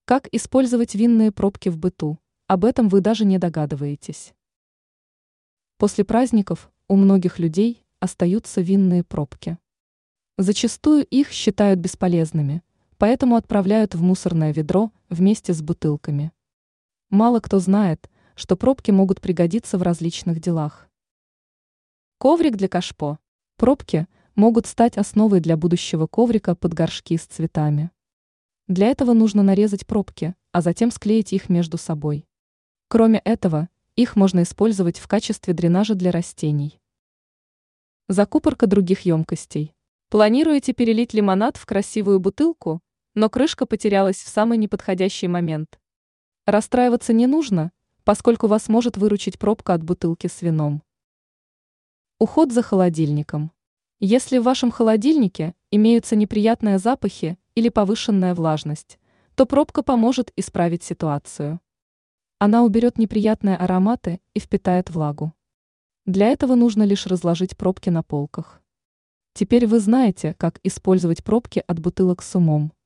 Как использовать винные пробки в быту? Об этом вы даже не догадываетесь. После праздников у многих людей остаются винные пробки. Зачастую их считают бесполезными, поэтому отправляют в мусорное ведро вместе с бутылками. Мало кто знает, что пробки могут пригодиться в различных делах. Коврик для кашпо. Пробки могут стать основой для будущего коврика под горшки с цветами. Для этого нужно нарезать пробки, а затем склеить их между собой. Кроме этого, их можно использовать в качестве дренажа для растений. Закупорка других емкостей. Планируете перелить лимонад в красивую бутылку, но крышка потерялась в самый неподходящий момент? Расстраиваться не нужно, поскольку вас может выручить пробка от бутылки с вином. Уход за холодильником. Если в вашем холодильнике имеются неприятные запахи или повышенная влажность, то пробка поможет исправить ситуацию. Она уберет неприятные ароматы и впитает влагу. Для этого нужно лишь разложить пробки на полках. Теперь вы знаете, как использовать пробки от бутылок с умом.